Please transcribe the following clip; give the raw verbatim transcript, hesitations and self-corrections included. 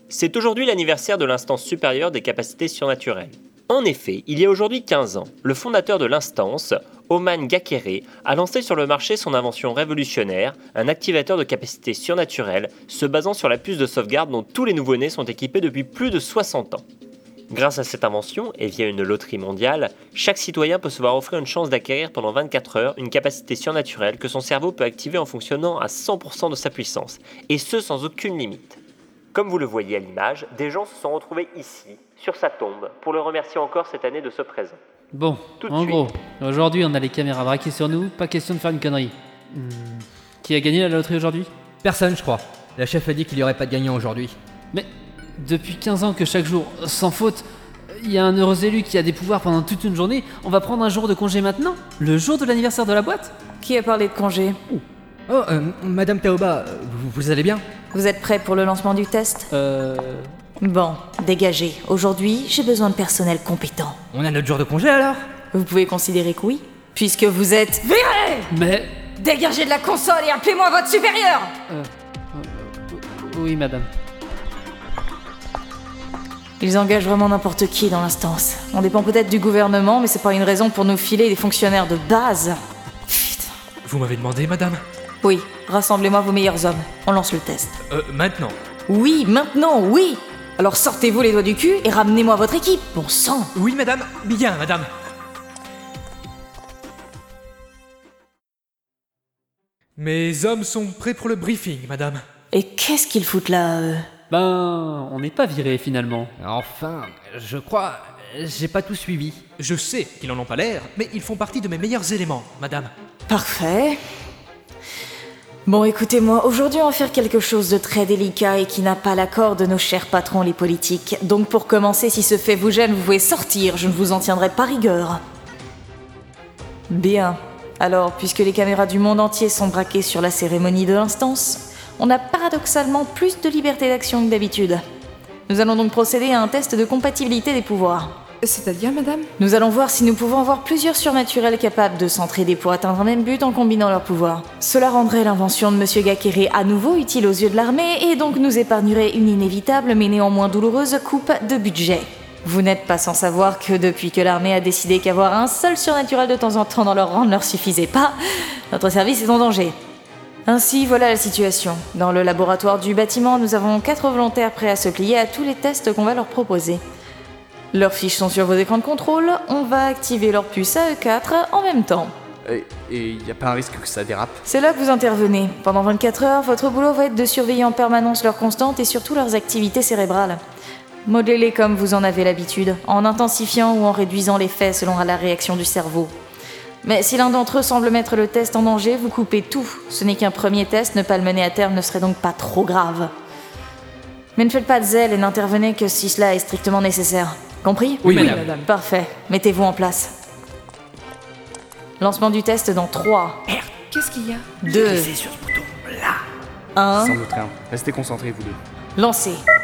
C'est aujourd'hui l'anniversaire de l'instance supérieure des capacités surnaturelles. En effet, il y a aujourd'hui quinze ans, le fondateur de l'instance, Oman Gakere, a lancé sur le marché son invention révolutionnaire, un activateur de capacités surnaturelles se basant sur la puce de sauvegarde dont tous les nouveau-nés sont équipés depuis plus de soixante ans. Grâce à cette invention, et via une loterie mondiale, chaque citoyen peut se voir offrir une chance d'acquérir pendant vingt-quatre heures une capacité surnaturelle que son cerveau peut activer en fonctionnant à cent pour cent de sa puissance, et ce sans aucune limite. Comme vous le voyez à l'image, des gens se sont retrouvés ici, sur sa tombe, pour le remercier encore cette année de ce présent. Bon, Tout de en suite. gros, aujourd'hui on a les caméras braquées sur nous, pas question de faire une connerie. Hmm, Qui a gagné la loterie aujourd'hui ? Personne, je crois. La chef a dit qu'il n'y aurait pas de gagnant aujourd'hui. Mais depuis quinze ans que chaque jour, sans faute, il y a un heureux élu qui a des pouvoirs pendant toute une journée, on va prendre un jour de congé maintenant ? Le jour de l'anniversaire de la boîte ? Qui a parlé de congé? Oh, euh, Madame Taoba, euh, vous, vous allez bien ? Vous êtes prêts pour le lancement du test? Euh... Bon, dégagez. Aujourd'hui, j'ai besoin de personnel compétent. On a notre jour de congé alors ? Vous pouvez considérer que oui, puisque vous êtes virés. Mais... Dégagez de la console et appelez-moi votre supérieur. Euh... euh, Oui, madame. Ils engagent vraiment n'importe qui dans l'instance. On dépend peut-être du gouvernement, mais c'est pas une raison pour nous filer des fonctionnaires de base. Putain. Vous m'avez demandé, madame ? Oui, rassemblez-moi vos meilleurs hommes. On lance le test. Euh, maintenant. Oui, maintenant, oui. Alors sortez-vous les doigts du cul et ramenez-moi votre équipe, bon sang. Oui, madame. Bien, madame. Mes hommes sont prêts pour le briefing, madame. Et qu'est-ce qu'ils foutent là, eux? Ben... on n'est pas viré finalement. Enfin, je crois... J'ai pas tout suivi. Je sais qu'ils n'en ont pas l'air, mais ils font partie de mes meilleurs éléments, madame. Parfait. Bon, écoutez-moi, aujourd'hui on va faire quelque chose de très délicat et qui n'a pas l'accord de nos chers patrons les politiques. Donc pour commencer, si ce fait vous gêne, vous pouvez sortir, je ne vous en tiendrai pas rigueur. Bien. Alors, puisque les caméras du monde entier sont braquées sur la cérémonie de l'instance, on a paradoxalement plus de liberté d'action que d'habitude. Nous allons donc procéder à un test de compatibilité des pouvoirs. C'est-à-dire, madame ? Nous allons voir si nous pouvons avoir plusieurs surnaturels capables de s'entraider pour atteindre un même but en combinant leurs pouvoirs. Cela rendrait l'invention de Monsieur Gakere à nouveau utile aux yeux de l'armée et donc nous épargnerait une inévitable mais néanmoins douloureuse coupe de budget. Vous n'êtes pas sans savoir que depuis que l'armée a décidé qu'avoir un seul surnaturel de temps en temps dans leur rang ne leur suffisait pas, notre service est en danger. Ainsi, voilà la situation. Dans le laboratoire du bâtiment, nous avons quatre volontaires prêts à se plier à tous les tests qu'on va leur proposer. Leurs fiches sont sur vos écrans de contrôle, on va activer leur puce A E quatre en même temps. Et il n'y a pas un risque que ça dérape? C'est là que vous intervenez. Pendant vingt-quatre heures, votre boulot va être de surveiller en permanence leurs constantes et surtout leurs activités cérébrales. Modélez comme vous en avez l'habitude, en intensifiant ou en réduisant l'effet selon la réaction du cerveau. Mais si l'un d'entre eux semble mettre le test en danger, vous coupez tout. Ce n'est qu'un premier test, ne pas le mener à terme ne serait donc pas trop grave. Mais ne faites pas de zèle et n'intervenez que si cela est strictement nécessaire. Compris ? Oui, madame. Parfait. Mettez-vous en place. Lancement du test dans trois, Qu'est-ce qu'il y a ? deux, Sur ce bouton, là. un. Sans doute rien. Restez concentrés, vous deux. Lancez.